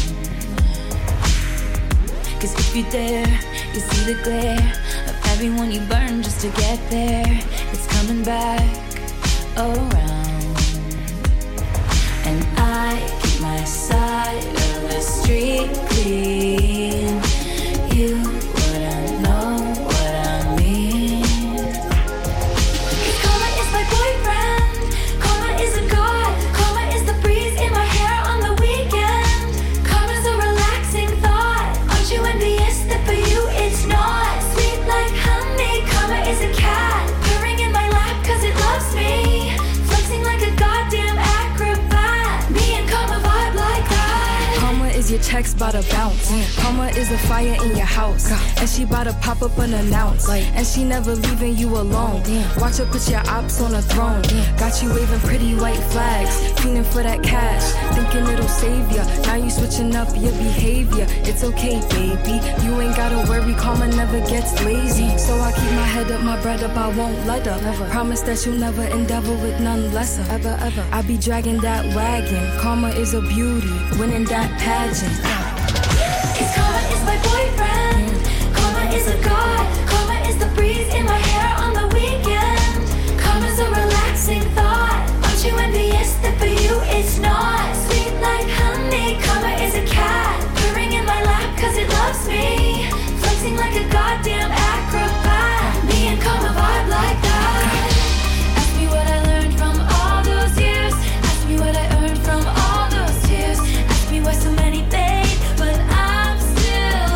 Cause if you dare, you see the glare of everyone you burn just to get there. It's coming back around. And I keep my side of the street clean. You wouldn't know what I mean. Cause karma is my boyfriend. Karma is a god. Karma is the breeze in my hair on the weekend. Karma's a relaxing thought. Aren't you envious that for you it's not? Sweet like honey. Karma is a cat purring in my lap cause it loves me. Flexing like a goddamn acrobat. Me and karma vibe like that. Karma is your checks bout to bounce. Karma is a fire in your house. And she bout to pop up unannounced. And she never leaving you alone. Watch her put your ops on a throne. Got you waving pretty white flags. Feeling for that cash. Thinking it'll save ya. Now you switching up your behavior. It's okay, baby. You ain't gotta worry. Karma never gets lazy. So I keep my head up, my bread up. I won't let her. Never. Promise that you'll never endeavor with none lesser. Ever, ever. I be dragging that wagon. Karma is a beauty. Winning that pageant. Cause karma is my boyfriend. Karma is a god. Karma is the breeze in my hair on the weekend. Karma's a relaxing thought. Aren't you envious that for you it's not? Sweet like honey. Karma is a cat purring in my lap cause it loves me. Flexing like a goddamn acrobat. Me and karma vibe like that. Ask me what I learned from all those years. Ask me what I earned from all those tears. Ask me why so many fade, but I'm still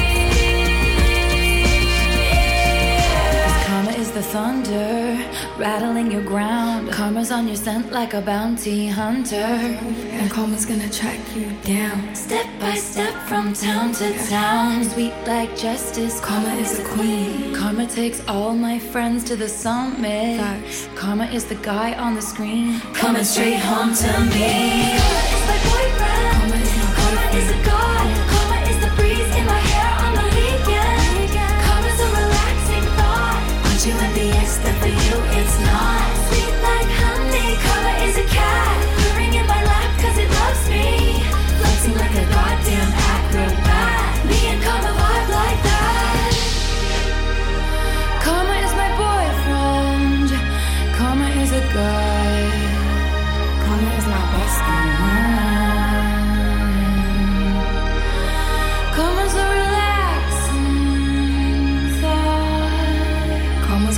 here. Karma is the thunder rattling your ground. Karma's on your scent like a bounty hunter. And karma's gonna track you down. Step by step from town to town. Sweet like justice. Karma is a queen. Karma takes all my friends to the summit. Facts. Karma is the guy on the screen coming straight home to me. Karma is my boyfriend. Karma is my Karma boyfriend. is a god. Karma is the breeze in my hair on the weekend. Karma's a relaxing thought. Aren't you envious that for you it's not? Sweet like honey. Karma is a cat purring in my lap cause it loves me. Flexing like a goddamn acrobat. Me and karma vibe like that. Karma is my boyfriend. Karma is a guy. Karma is my best friend.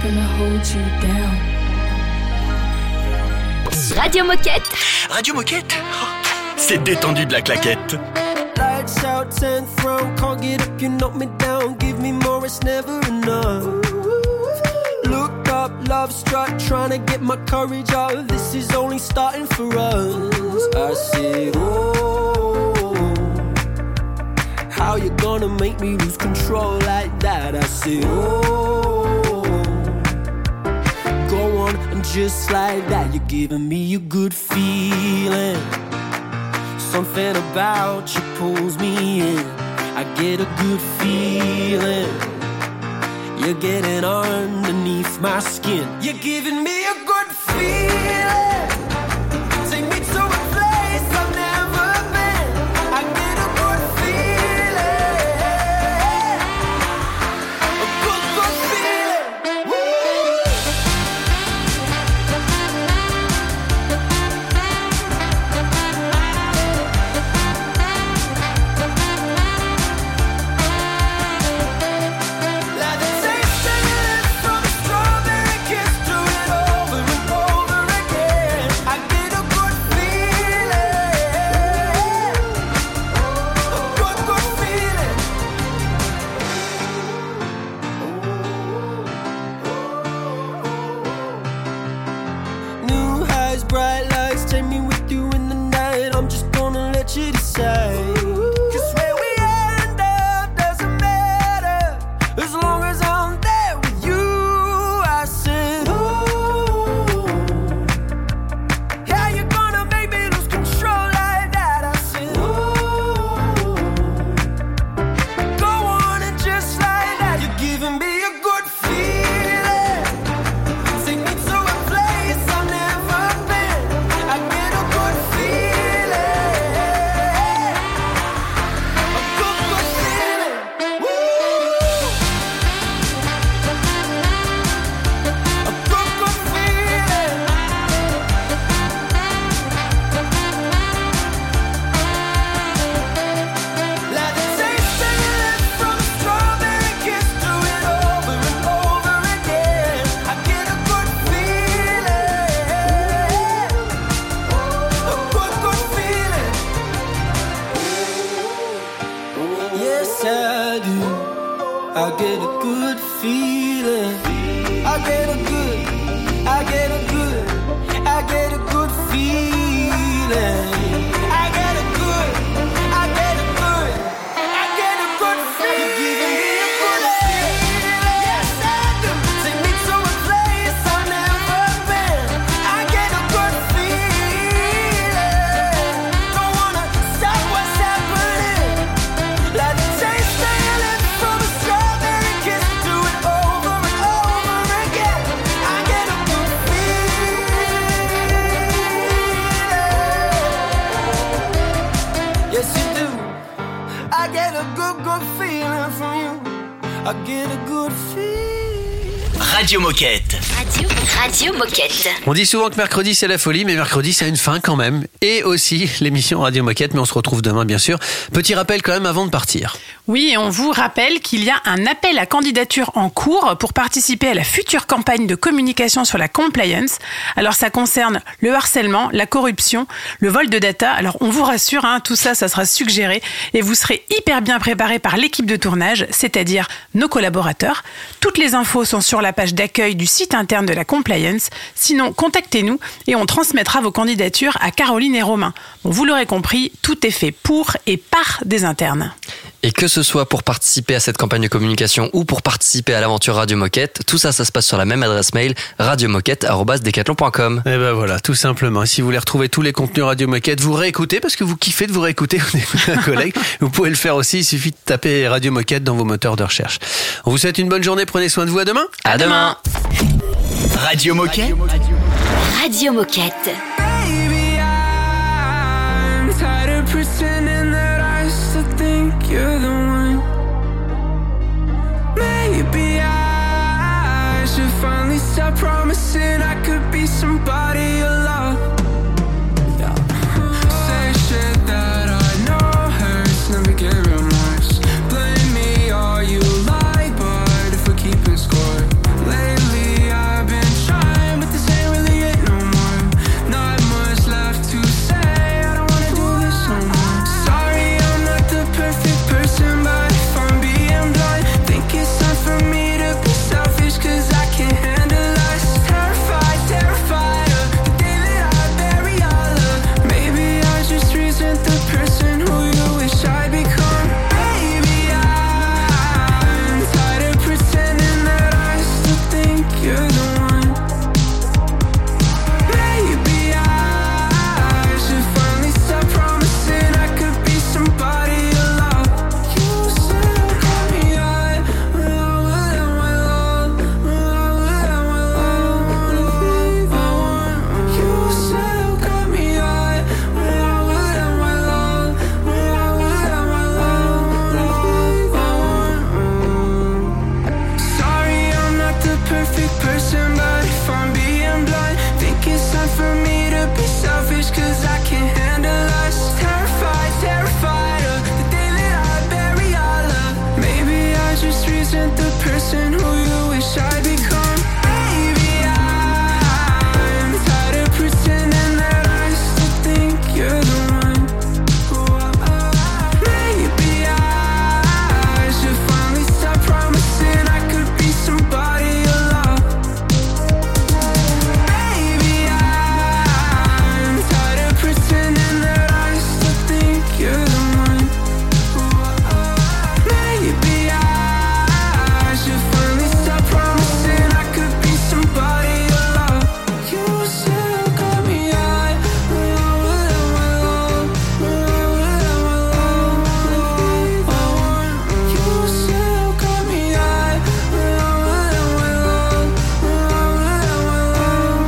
finna hold you down. Radio Moquette. Radio Moquette, oh, c'est détendu de la claquette. Lights out, ten throne, can't get up, you knock me down. Give me more, it's never enough. Look up, love struck, trying to get my courage up. This is only starting for us. I said, oh, how you gonna make me lose control like that? I said, oh, go on and just like that. You're giving me a good feeling. Something about you pulls me in. I get a good feeling. You're getting underneath my skin. You're giving me a good feeling. Take me to a place I've never been. I get a good feeling. A good, good feeling. Woo! Bright lights, take me with you in the night. I'm just gonna let you decide. Cause where we end up doesn't matter, as long as I'm there with you. I said, oh, how you gonna make me lose control like that? I said, oh, go on and just like that. You're giving me a good feeling. Take me to a place I've never been. I get a good feeling. A good, good feeling. Woo! A good, good feeling. Like the taste of your lips from a strawberry kiss. Do it over and over again. I get a good feeling. A good, good feeling. Yes, I do. I get a good feeling. I get a good, I get a good, I get a good feeling. I get a good, I get a good, I get a good feeling. You're giving me a good feeling. Yes, I do. Take me to a place I've never been. I get a good feeling. Don't wanna stop what's happening. Like the taste of your lips from a strawberry kiss. Do it over and over again. I get a good feeling. Yes, you do. I get a good, good feeling from you. I get a good feeling. Radio Moquette. Radio, Radio Moquette. On dit souvent que mercredi c'est la folie, mais mercredi ça a une fin quand même. Et aussi l'émission Radio Moquette, mais on se retrouve demain bien sûr. Petit rappel quand même avant de partir. Oui, et on vous rappelle qu'il y a un appel à candidature en cours pour participer à la future campagne de communication sur la compliance. Alors ça concerne le harcèlement, la corruption, le vol de data. Alors on vous rassure, hein, tout ça, ça sera suggéré et vous serez hyper bien préparé par l'équipe de tournage, c'est-à-dire nos collaborateurs. Toutes les infos sont sur la page d'accueil du site interne de la compliance. Sinon, contactez-nous et on transmettra vos candidatures à Caroline et Romain. Bon, vous l'aurez compris, tout est fait pour et par des internes. Et que ce soit pour participer à cette campagne de communication ou pour participer à l'aventure Radio Moquette, tout ça, ça se passe sur la même adresse mail, radiomoquette arobase decathlon point com. Et ben voilà, tout simplement. Si vous voulez retrouver tous les contenus Radio Moquette, vous réécoutez parce que vous kiffez de vous réécouter, vous écoutez un collègue. Vous pouvez le faire aussi, il suffit de taper Radio Moquette dans vos moteurs de recherche. On vous souhaite une bonne journée, prenez soin de vous, à demain. À demain. Radio Moquette. Radio Moquette. Baby, I'm tired of pretending that I still think you're the one. Maybe I should finally stop promising I could be somebody you love. Yeah. Say shit that I know hurts, never get remorse. Blame me all you like, but if we're keeping score, lately you're the one. Maybe I should finally stop promising I could be somebody you love. You still got me high without, without my love, without, without my love. Wanna leave, I want. You still got me high without, without my love, without, without my love. Wanna leave, I want. Sorry, I'm not the perfect person, but if I'm being blunt, think it's time for me to be selfish, cause I can't handle us. Terrified, terrified of the day that I bury our love. Maybe I just resent the person who you wish I'd become. Maybe I'm tired of pretending that I still think you're the one. Maybe I should finally stop promising I could be somebody you love. Maybe I'm tired of pretending that I still think you're the one. Maybe I should finally stop promising I could be somebody you love. You still got me high without, without my love, without, without my love. Wanna leave, I want. You still got me high without, without my love, without, without my love.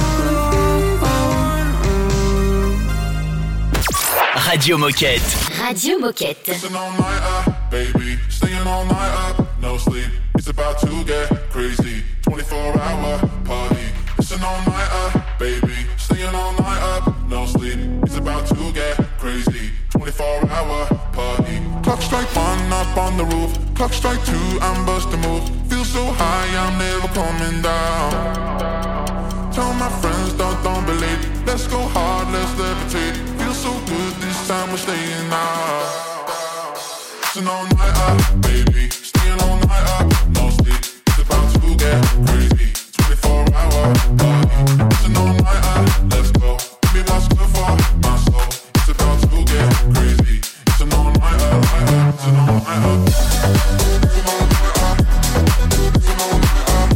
Wanna leave, I want. Radio Moquette. Radio Moquette. Listen all night up, baby. Staying all night up, no sleep. It's about to get crazy. twenty-four hour party. Listen all night up, baby. Staying all night up, no sleep. It's about to get crazy. twenty-four hour party. Clock strike one up on the roof. Clock strike two, I'm busting moves. Feel so high, I'm never coming down. Tell my friends, don't, don't believe. Let's go hard, let's levitate. Feel so good, this time we're staying out. Listen all night up, baby. Staying all night up, no sleep. It's about to get crazy. twenty-four hour party. Listen all night up, let's go. Give me what's good for my soul. It's about to get crazy. Listen all night up, night up. Listen all night up. Listen all night up. Listen all night up.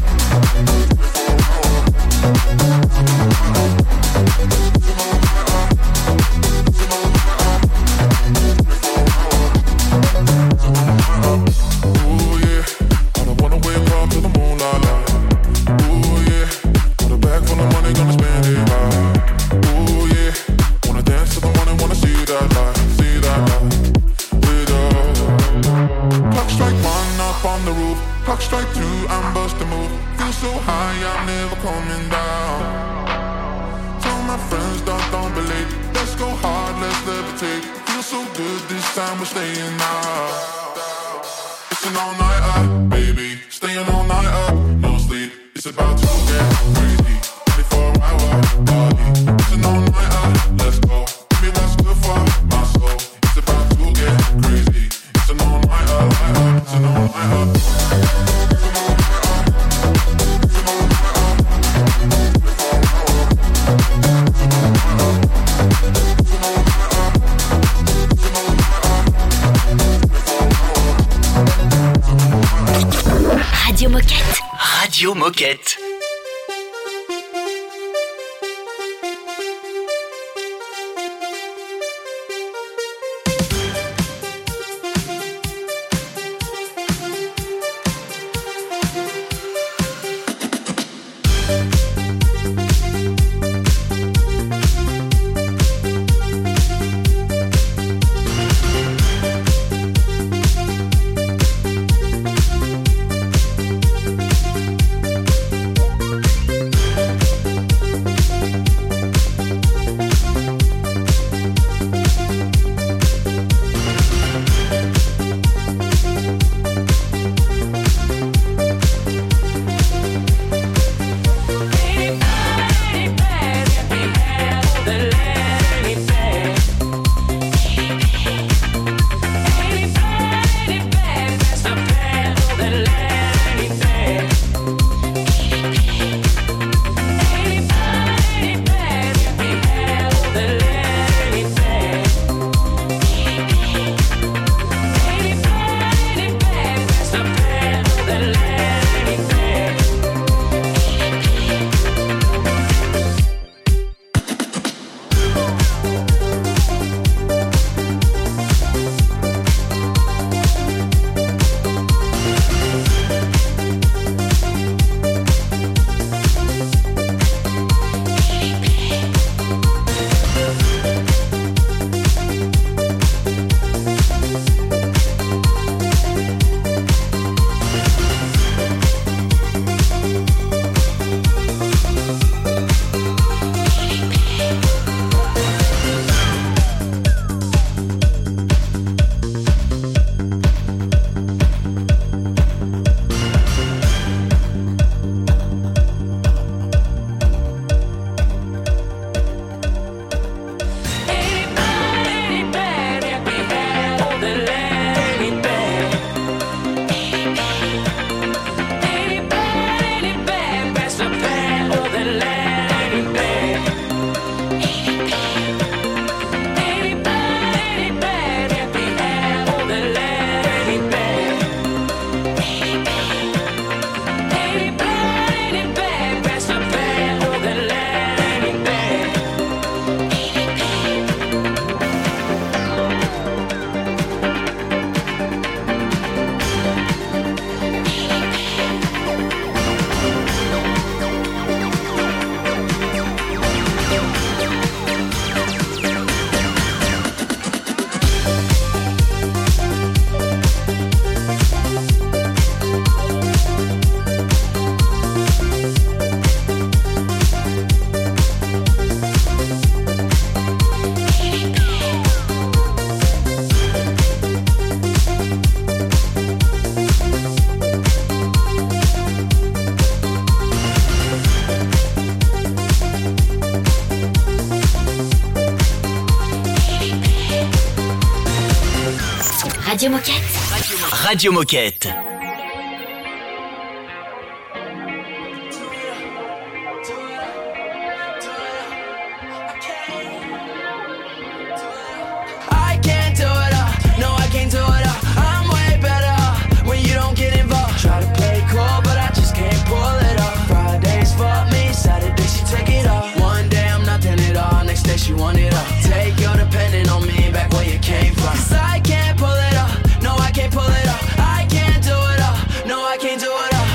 Ooh yeah, I don't wanna wake up to the moonlight. Ooh yeah, got a bag full of money, gonna spend it right. Ooh yeah, wanna dance to the morning, wanna see that light, see that light with us. Clock strike one up on the roof. Clock strike two, I'm busting move. Feel so high, I'm never coming down. Tell my friends, don't, don't believe. Let's go hard, let's levitate. Feel so good, this time we're staying out. Listen all night up, baby. Staying all night up, no sleep. It's about to get crazy. twenty-four hour party. Listen all night up, let's go. Give me what's good for my soul. It's about to get crazy. Listen all night up, night up. Listen all night up. Listen all night up. Listen all night up. twenty-four hour. Listen all night up. Listen all night up. Listen all night up. twenty-four hour. Radio Moquette. Radio Moquette. Radio Moquette. Radio Moquette. I can't do it all, no I can't do it all. I'm way better when you don't get involved. Try to play cool but I just can't pull it off. Fridays for me, Saturday she take it off. One day I'm nothing at all, next day she want it all. Take your depending on me back where you came from. Cause I can't pull it off, no I can't pull it off. I can't do it all, no I can't do it all.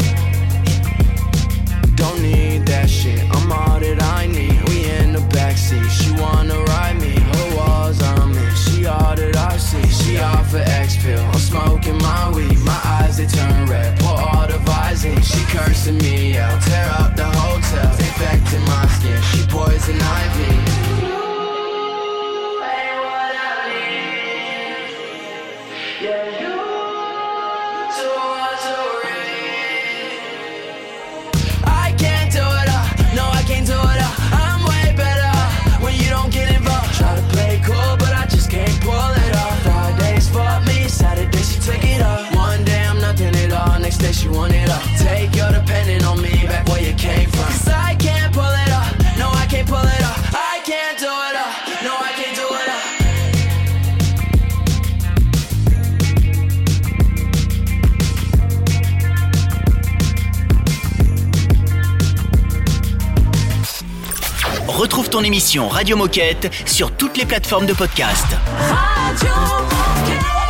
Don't need that shit, I'm all that I need. We in the backseat, she wanna ride me. Her walls on me, she all that I see. She off for X-Pill, I'm smoking my weed. My eyes they turn red, pour all the Visine. She cursing me out, tear up the hotel. Infecting my skin, she poison ivy. I can't do it all, no I can't do it all. I'm way better when you don't get involved. Try to play cool but I just can't pull it off. Fridays for me, Saturday she take it off. One day I'm nothing at all, next day she want it all. Take your depending on me back where you came from. Cause I can't pull it off, no I can't pull it off. I can't do it all, no I can't do it all. Retrouve ton émission Radio Moquette sur toutes les plateformes de podcast. Radio Moquette.